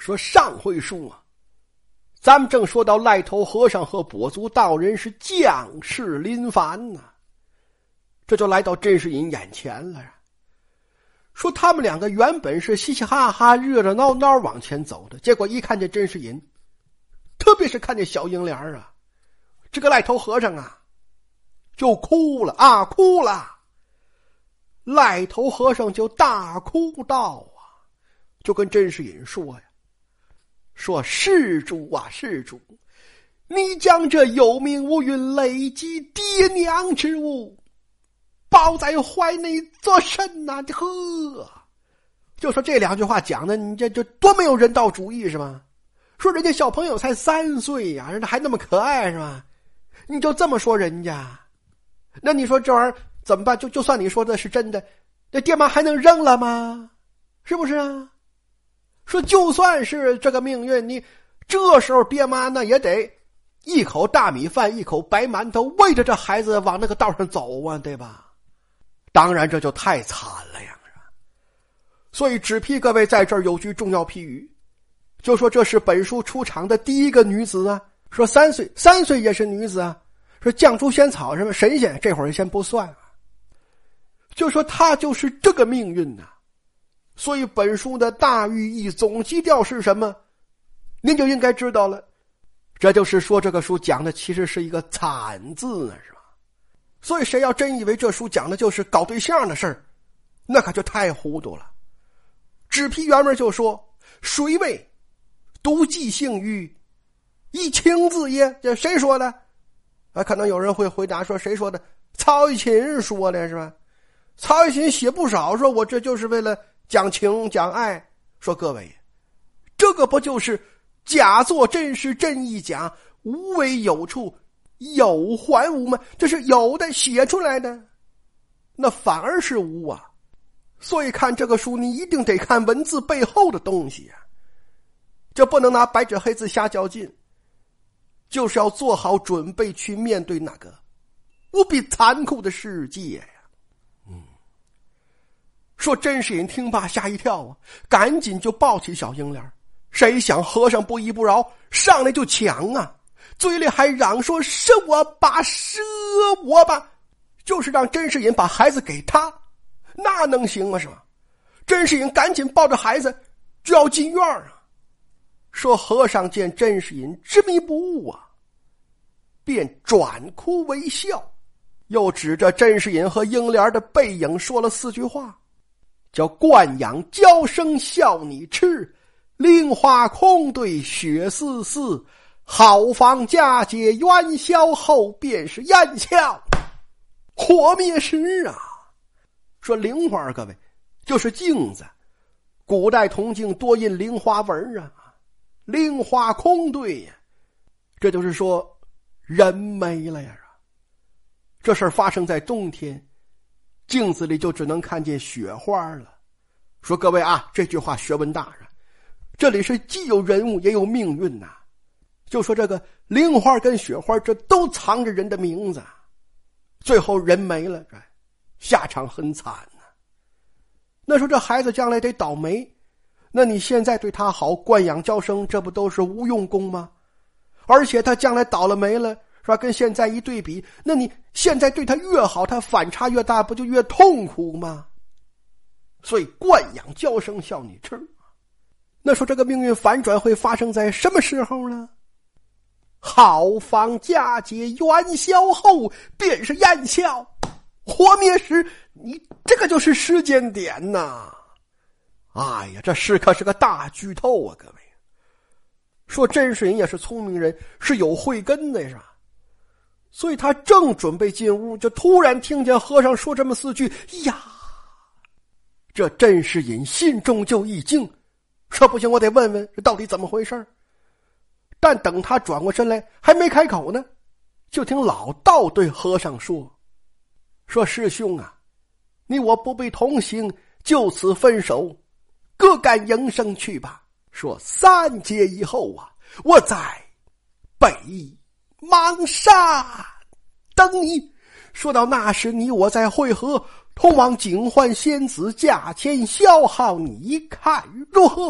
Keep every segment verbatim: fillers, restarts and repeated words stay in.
说上回书啊，咱们正说到赖头和尚和跛足道人是将士临凡呢、啊，这就来到甄士隐眼前了呀。说他们两个原本是嘻嘻哈哈热热闹闹往前走的，结果一看见甄士隐，特别是看见小英莲啊，这个赖头和尚啊就哭了啊哭了。赖头和尚就大哭道啊，就跟甄士隐说呀，说施主啊施主，你将这有名无韵累积爹娘之物抱在怀内做甚呐、啊？呵，就说这两句话讲的，你这就多没有人道主义是吧？说人家小朋友才三岁呀、啊，人家还那么可爱是吧？你就这么说人家，那你说这玩意儿怎么办？就就算你说的是真的，那爹妈还能扔了吗？是不是啊？说就算是这个命运，你这时候爹妈呢也得一口大米饭一口白馒头喂着这孩子往那个道上走啊，对吧？当然这就太惨了呀。所以只批各位在这儿有句重要批语，就说这是本书出场的第一个女子啊，说三岁三岁也是女子啊，说绛珠仙草什么神仙这会儿先不算啊，就说她就是这个命运呐、啊。所以本书的大寓意总基调是什么？您就应该知道了，这就是说这个书讲的其实是一个惨字啊，是吧？所以谁要真以为这书讲的就是搞对象的事儿，那可就太糊涂了。只批原文就说，谁谓独寄幸于一情字耶？这谁说的？啊，可能有人会回答说，谁说的？曹雪芹说的是吧？曹雪芹写不少，说我这就是为了讲情讲爱。说各位，这个不就是假作真实真意假，无为有处有还无吗？这是有的写出来的，那反而是无啊。所以看这个书，你一定得看文字背后的东西啊，这不能拿白纸黑字瞎较劲，就是要做好准备去面对那个无比残酷的世界呀。嗯，说甄士隐听罢吓一跳啊，赶紧就抱起小英莲，谁想和尚不依不饶，上来就抢啊，嘴里还嚷说是我吧是我吧，就是让甄士隐把孩子给他，那能行吗？是吧？甄士隐赶紧抱着孩子就要进院啊。说和尚见甄士隐执迷不悟啊，便转哭为笑，又指着甄士隐和英莲的背影说了四句话，叫惯养娇生笑你痴，菱花空对雪丝丝，好房佳节元宵后，便是烟窍火灭时啊。说菱花，各位就是镜子，古代铜镜多印菱花纹啊，菱花空对呀，这就是说人没了呀。这事儿发生在冬天，镜子里就只能看见雪花了。说各位啊，这句话学问大啊，这里是既有人物也有命运呐、啊。就说这个菱花跟雪花，这都藏着人的名字，最后人没了，下场很惨呐、啊。那说这孩子将来得倒霉，那你现在对他好，惯养娇生，这不都是无用功吗？而且他将来倒了霉了，是吧？跟现在一对比，那你现在对他越好，他反差越大，不就越痛苦吗？所以惯养娇生笑你痴。那说这个命运反转会发生在什么时候呢？好房佳节元宵后，便是烟消火灭时，你这个就是时间点呐！哎呀，这是可是个大剧透啊，各位。说甄士隐也是聪明人，是有慧根的，是吧？所以他正准备进屋，就突然听见和尚说这么四句，呀，这甄士隐心中就一惊，说不行，我得问问这到底怎么回事。但等他转过身来，还没开口呢，就听老道对和尚说，说师兄啊，你我不必同行，就此分手，各干营生去吧。说三节以后啊，我在北邙山等你。说到那时，你我再会合，同往警幻仙子驾前消耗，你看如何？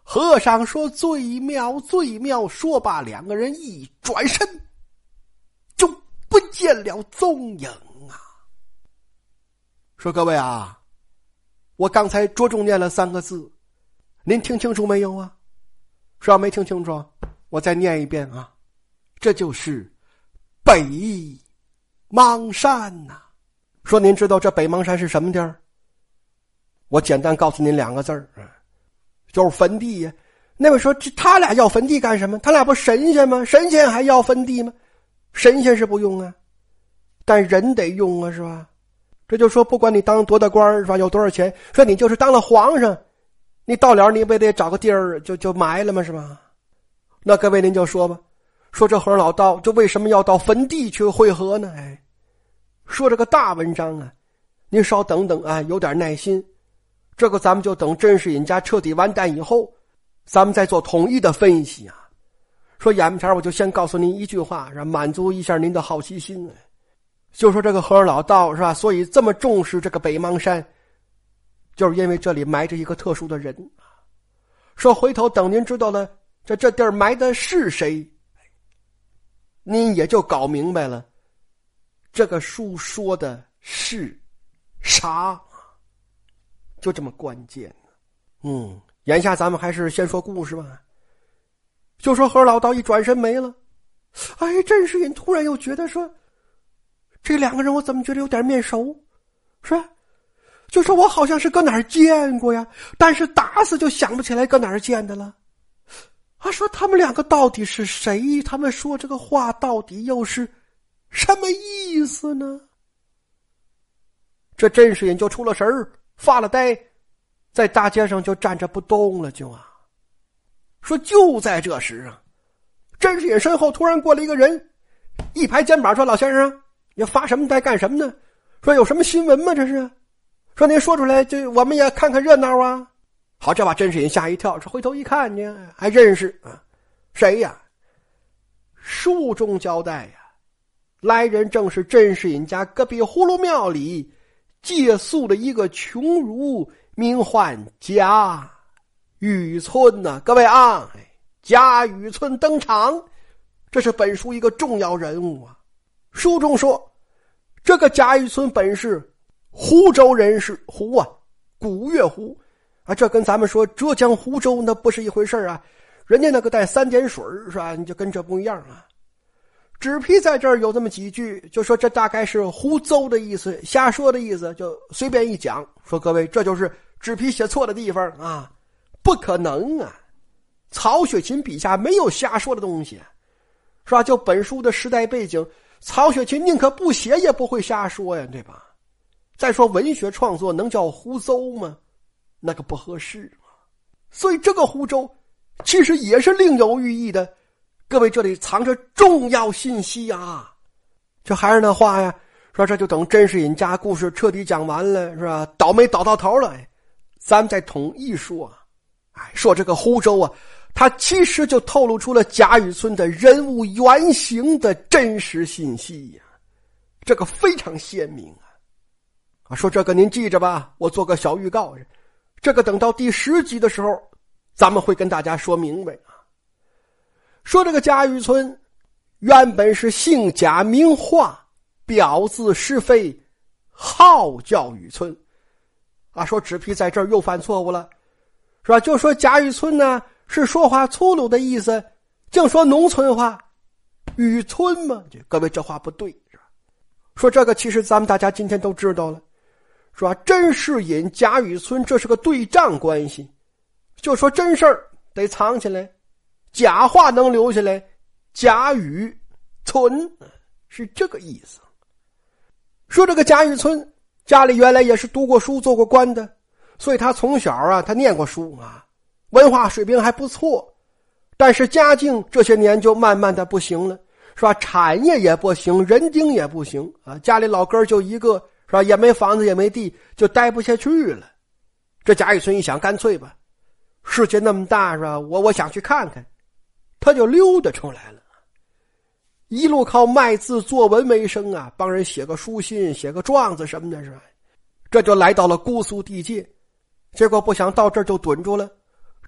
和尚说最妙最妙，说罢两个人一转身就不见了踪影啊。说各位啊，我刚才着重念了三个字，您听清楚没有啊？说要没听清楚，我再念一遍啊。这就是北邙山呐、啊。说您知道这北邙山是什么地儿？我简单告诉您两个字儿，就是坟地呀。那位说这他俩要坟地干什么？他俩不神仙吗？神仙还要坟地吗？神仙是不用啊，但人得用啊，是吧？这就说不管你当多大官是吧，有多少钱，说你就是当了皇上，你到了你不得找个地儿就就埋了吗？是吧？那各位您就说吧，说这和尚老道这为什么要到坟地去会合呢？哎，说这个大文章啊，您稍等等啊，有点耐心。这个咱们就等甄士隐家彻底完蛋以后，咱们再做统一的分析啊。说眼前我就先告诉您一句话，让满足一下您的好奇心。就说这个和尚老道是吧，所以这么重视这个北邙山，就是因为这里埋着一个特殊的人。说回头等您知道了这这地儿埋的是谁，您也就搞明白了这个书说的是啥，就这么关键。嗯，眼下咱们还是先说故事吧。就说和尚老道一转身没了，哎，甄士隐突然又觉得说，这两个人我怎么觉得有点面熟，是吧？就说我好像是搁哪儿见过呀，但是打死就想不起来搁哪儿见的了。他说他们两个到底是谁？他们说这个话到底又是什么意思呢？这甄士隐就出了神儿，发了呆，在大街上就站着不动了，就啊。说就在这时啊，甄士隐身后突然过来一个人，一拍肩膀说：“老先生，你发什么呆干什么呢？说有什么新闻吗？这是？说您说出来，就我们也看看热闹啊。”好，这把甄士隐吓一跳，说回头一看呢，还认识啊，谁呀？书中交代呀，来人正是甄士隐家隔壁葫芦庙里借宿的一个穷儒，名唤贾雨村呐、啊。各位啊，贾雨村登场，这是本书一个重要人物啊。书中说，这个贾雨村本是湖州人士，湖啊，古月湖啊，这跟咱们说浙江湖州那不是一回事啊，人家那个带三点水是吧？你就跟这不一样啊。纸皮在这儿有这么几句，就说这大概是胡诌的意思，瞎说的意思，就随便一讲。说各位，这就是纸皮写错的地方啊，不可能啊！曹雪芹笔下没有瞎说的东西，是吧？就本书的时代背景，曹雪芹宁可不写也不会瞎说呀，对吧？再说文学创作能叫胡诌吗？那个不合适嘛。所以这个湖州其实也是另有寓意的。各位，这里藏着重要信息啊！这还是那话呀，说这就等甄士隐家故事彻底讲完了，是吧？倒霉倒到头了，咱们再统一说啊。哎，说这个湖州啊，它其实就透露出了贾雨村的人物原型的真实信息呀、啊，这个非常鲜明啊！啊，说这个您记着吧，我做个小预告，这个等到第十集的时候，咱们会跟大家说明白啊。说这个贾雨村原本是姓贾名化，表字是非，号叫雨村啊。说纸皮在这儿又犯错误了，是吧？就说贾雨村呢是说话粗鲁的意思，净说农村话，雨村嘛，各位这话不对，是吧？说这个其实咱们大家今天都知道了，是吧？甄士隐贾雨村这是个对仗关系，就说真事儿得藏起来，假话能留下来，贾雨村是这个意思。说这个贾雨村家里原来也是读过书做过官的，所以他从小啊他念过书啊，文化水平还不错，但是家境这些年就慢慢的不行了，是吧？产业也不行，人丁也不行啊，家里老哥就一个，是吧？也没房子也没地，就待不下去了。这贾雨村一想，干脆吧，世界那么大，是吧？我我想去看看，他就溜达出来了，一路靠卖字作文为生啊，帮人写个书信，写个状子什么的，是吧？这就来到了姑苏地界，结果不想到这儿就蹲住了，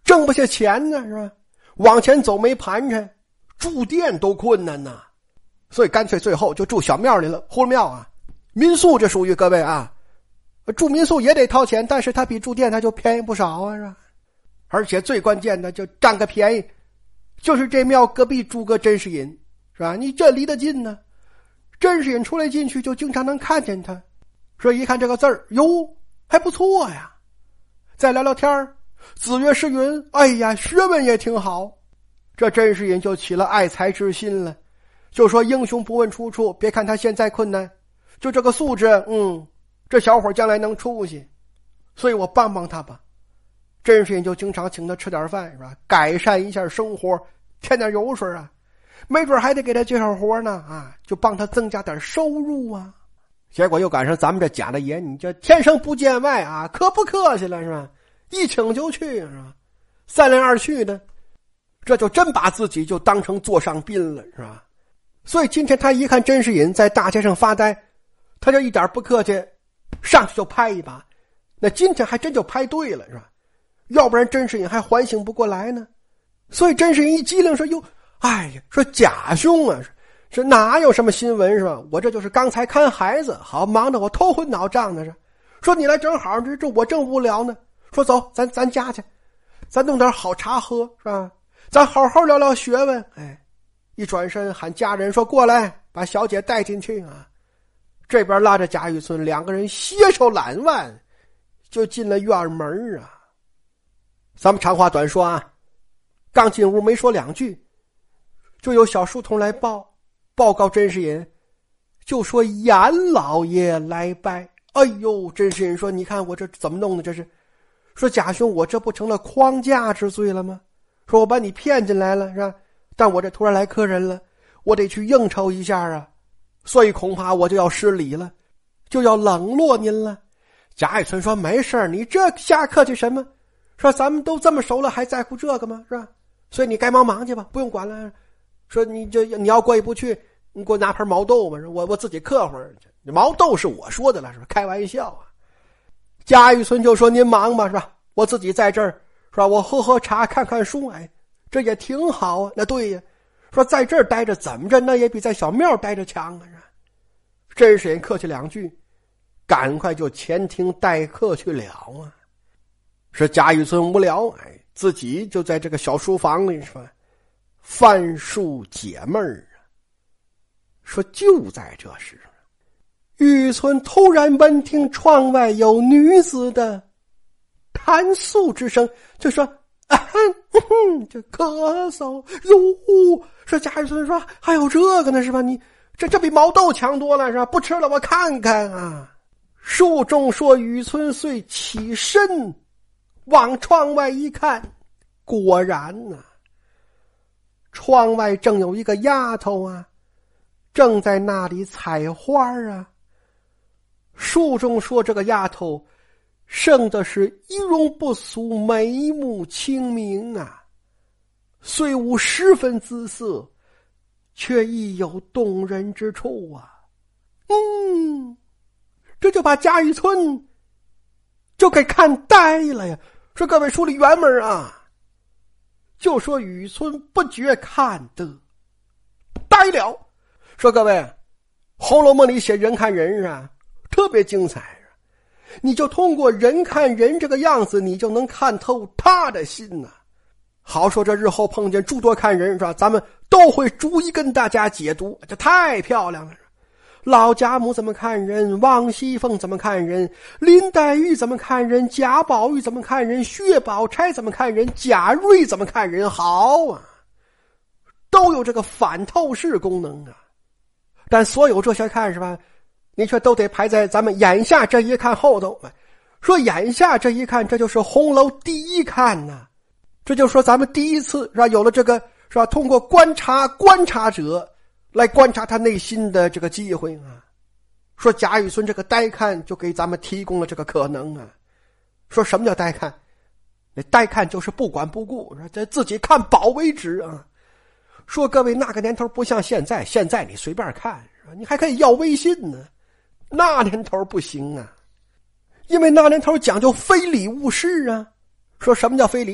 挣不下钱呢，是吧？往前走没盘缠，住店都困难呐，所以干脆最后就住小庙里了。葫芦庙啊，民宿这属于各位啊，住民宿也得掏钱，但是它比住店它就便宜不少啊，是吧？而且最关键的就占个便宜，就是这庙隔壁住个甄士隐，是吧？你这离得近呢，甄士隐出来进去就经常能看见他，所以一看这个字儿，哟，还不错呀。再聊聊天儿，子曰诗云，哎呀，学问也挺好。这甄士隐就起了爱才之心了，就说英雄不问出处，别看他现在困难，就这个素质，嗯，这小伙将来能出息，所以我帮帮他吧。甄士隐就经常请他吃点饭，是吧？改善一下生活，添点油水啊，没准还得给他介绍活呢啊，就帮他增加点收入啊。结果又赶上咱们这贾大爷，你这天生不见外啊，可不客气了，是吧？一请就去，是吧？三来二去的，这就真把自己就当成座上宾了，是吧？所以今天他一看甄士隐在大街上发呆，他就一点不客气，上去就拍一把。那今天还真就拍对了，是吧？要不然甄士隐还缓醒不过来呢。所以甄士隐一机灵说，哟，哎呀，说贾兄啊，是哪有什么新闻，是吧？我这就是刚才看孩子，好忙得我头昏脑胀的，是说你来正好，这这我正无聊呢，说走，咱咱家去，咱弄点好茶喝，是吧？咱好好聊聊学问。哎，一转身喊家人说，过来把小姐带进去啊。这边拉着贾雨村，两个人携手揽腕就进了院门啊。咱们长话短说啊，刚进屋没说两句，就有小书童来报报告甄士隐，就说严老爷来拜。哎呦，甄士隐说，你看我这怎么弄的，这是说贾兄，我这不成了诓驾之罪了吗？说我把你骗进来了，是吧？但我这突然来客人了，我得去应酬一下啊，所以恐怕我就要失礼了，就要冷落您了。贾雨村说，没事，你这瞎客气什么？说咱们都这么熟了，还在乎这个吗？是吧？所以你该忙忙去吧，不用管了。说你这你要过意不去，你给我拿盆毛豆吧，我我自己客会儿。毛豆是我说的了，是吧？开玩笑啊。贾雨村就说，您忙吧，是吧？我自己在这儿，是吧？我喝喝茶，看看书，哎，这也挺好啊。那对呀，说在这儿待着怎么着，那也比在小庙待着强啊。甄士隐客气两句，赶快就前厅待客去了啊。是贾雨村无聊，哎，自己就在这个小书房里说翻书解闷儿啊。说就在这时，雨村突然闻听窗外有女子的弹诉之声，就说啊哼，这咳嗽哟。说贾雨村说，还有这个呢，是吧？你这这比毛豆强多了，是吧？不吃了，我看看啊。书中说，雨村遂起身往窗外一看，果然啊，窗外正有一个丫头啊，正在那里采花啊。书中说，这个丫头生的是仪容不俗，眉目清明啊，虽无十分姿色，却亦有动人之处啊。嗯，这就把贾雨村就给看呆了呀。说各位书里原文啊，就说雨村不觉看得呆了。说各位，《红楼梦》里写人看人啊，特别精彩啊。你就通过人看人这个样子，你就能看透他的心呐、啊。好说这日后碰见诸多看人，是吧？咱们都会逐一跟大家解读，这太漂亮了。老贾母怎么看人，王熙凤怎么看人，林黛玉怎么看人，贾宝玉怎么看人，薛宝钗怎么看人，贾瑞怎么看人，好啊，都有这个反透视功能啊。但所有这些看，是吧，你却都得排在咱们眼下这一看后头。说眼下这一看，这就是红楼第一看呐、啊。这就说咱们第一次，是吧，有了这个，是吧，通过观察观察者来观察他内心的这个机会啊。说贾雨村这个呆看就给咱们提供了这个可能啊。说什么叫呆看？那呆看就是不管不顾，这自己看饱为止啊。说各位，那个年头不像现在，现在你随便看，是吧？你还可以要微信呢。那年头不行啊，因为那年头讲究非礼勿视啊。说什么叫非礼？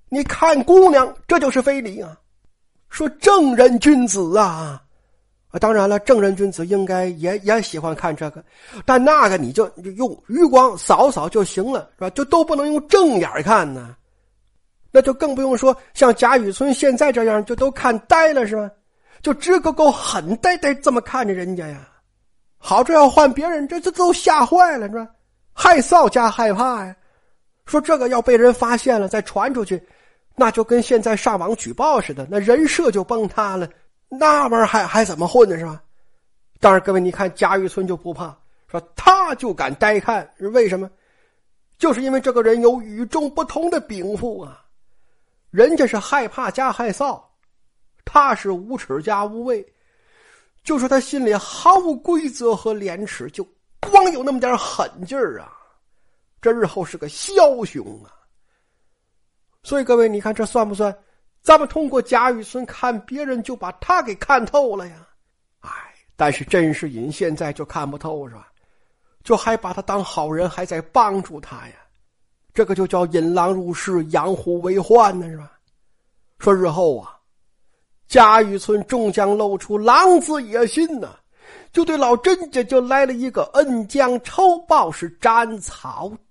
你看姑娘，这就是非礼啊！说正人君子啊，啊，当然了，正人君子应该也也喜欢看这个，但那个你就用余光扫扫就行了，是吧？就都不能用正眼看呢，那就更不用说像贾雨村现在这样，就都看呆了，是吧？就直勾勾狠呆呆这么看着人家呀。好，这要换别人，这这都吓坏了，是吧？害臊加害怕呀。说这个要被人发现了，再传出去，那就跟现在上网举报似的，那人设就崩塌了，那玩意儿还还怎么混呢，是吧？当然，各位，你看贾雨村就不怕，说他就敢呆看，为什么？就是因为这个人有与众不同的禀赋啊。人家是害怕加害臊，他是无耻加无畏，就说他心里毫无规则和廉耻，就光有那么点狠劲儿啊，这日后是个枭雄啊。所以各位，你看这算不算咱们通过贾雨村看别人就把他给看透了呀？哎，但是甄士隐现在就看不透，是吧？就还把他当好人，还在帮助他呀。这个就叫引狼入室，养虎为患呢，是吧？说日后啊，贾雨村终将露出狼子野心呢，就对老甄家就来了一个恩将仇报，是斩草